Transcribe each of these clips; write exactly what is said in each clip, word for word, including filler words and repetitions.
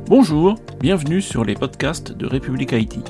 Bonjour, bienvenue sur les podcasts de République I T.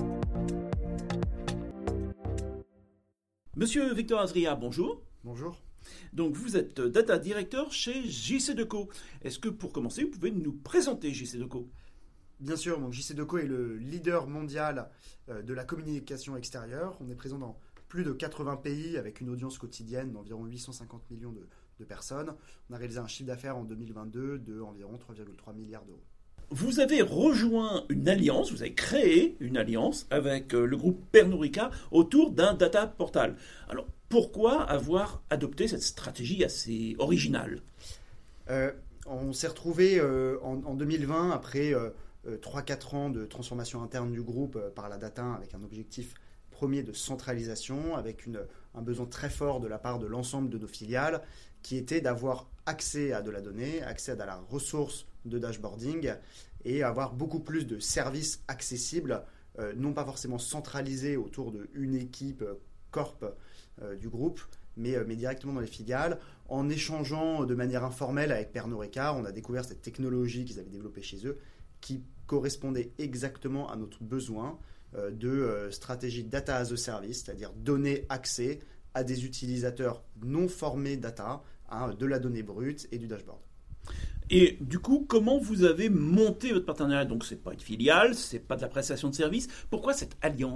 Monsieur Victor Azria, bonjour. Bonjour. Donc vous êtes Data Director chez J C Deco. Est-ce que pour commencer, vous pouvez nous présenter J C Deco ? Bien sûr, donc J C Deco est le leader mondial de la communication extérieure. On est présent dans plus de quatre-vingts pays avec une audience quotidienne d'environ huit cent cinquante millions de, de personnes. On a réalisé un chiffre d'affaires en deux mille vingt-deux de environ trois virgule trois milliards d'euros. Vous avez rejoint une alliance, vous avez créé une alliance avec le groupe Pernod Ricard autour d'un data portal. Alors pourquoi avoir adopté cette stratégie assez originale ? euh, On s'est retrouvé euh, en, en deux mille vingt après euh, trois à quatre ans de transformation interne du groupe euh, par la data avec un objectif premier de centralisation, avec une, un besoin très fort de la part de l'ensemble de nos filiales qui était d'avoir accès à de la donnée, accès à de la ressource de dashboarding et avoir beaucoup plus de services accessibles, euh, non pas forcément centralisés autour d'une équipe euh, corp euh, du groupe, mais, euh, mais directement dans les filiales. En échangeant de manière informelle avec Pernod Ricard, on a découvert cette technologie qu'ils avaient développée chez eux qui correspondait exactement à notre besoin euh, de euh, stratégie data as a service, c'est-à-dire donner accès à des utilisateurs non formés data, hein, de la donnée brute et du dashboard. Et du coup, comment vous avez monté votre partenariat ? Donc, ce n'est pas une filiale, ce n'est pas de la prestation de service. Pourquoi cette alliance ?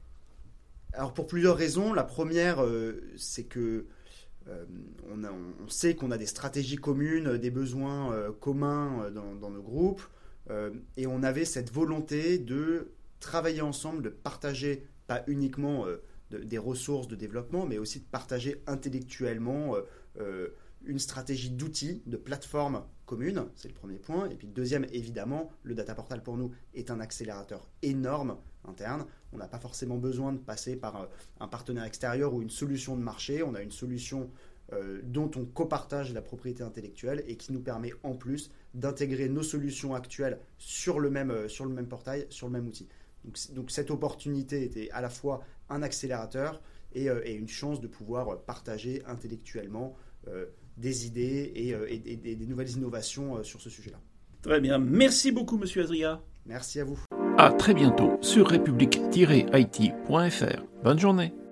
Alors, pour plusieurs raisons. La première, euh, c'est que euh, on, a, on sait qu'on a des stratégies communes, des besoins euh, communs dans, dans nos groupes. Euh, et on avait cette volonté de travailler ensemble, de partager pas uniquement euh, de, des ressources de développement, mais aussi de partager intellectuellement euh, euh, une stratégie d'outils, de plateforme commune, c'est le premier point. Et puis le deuxième, évidemment, le data portal pour nous est un accélérateur énorme interne. On n'a pas forcément besoin de passer par un partenaire extérieur ou une solution de marché. On a une solution euh, dont on copartage la propriété intellectuelle et qui nous permet en plus d'intégrer nos solutions actuelles sur le même, euh, sur le même portail, sur le même outil. Donc, donc cette opportunité était à la fois un accélérateur et, euh, et une chance de pouvoir partager intellectuellement euh, des idées et, euh, et, et, et des nouvelles innovations euh, sur ce sujet-là. Très bien. Merci beaucoup, monsieur Azria. Merci à vous. À très bientôt sur république tiret I T point F R. Bonne journée.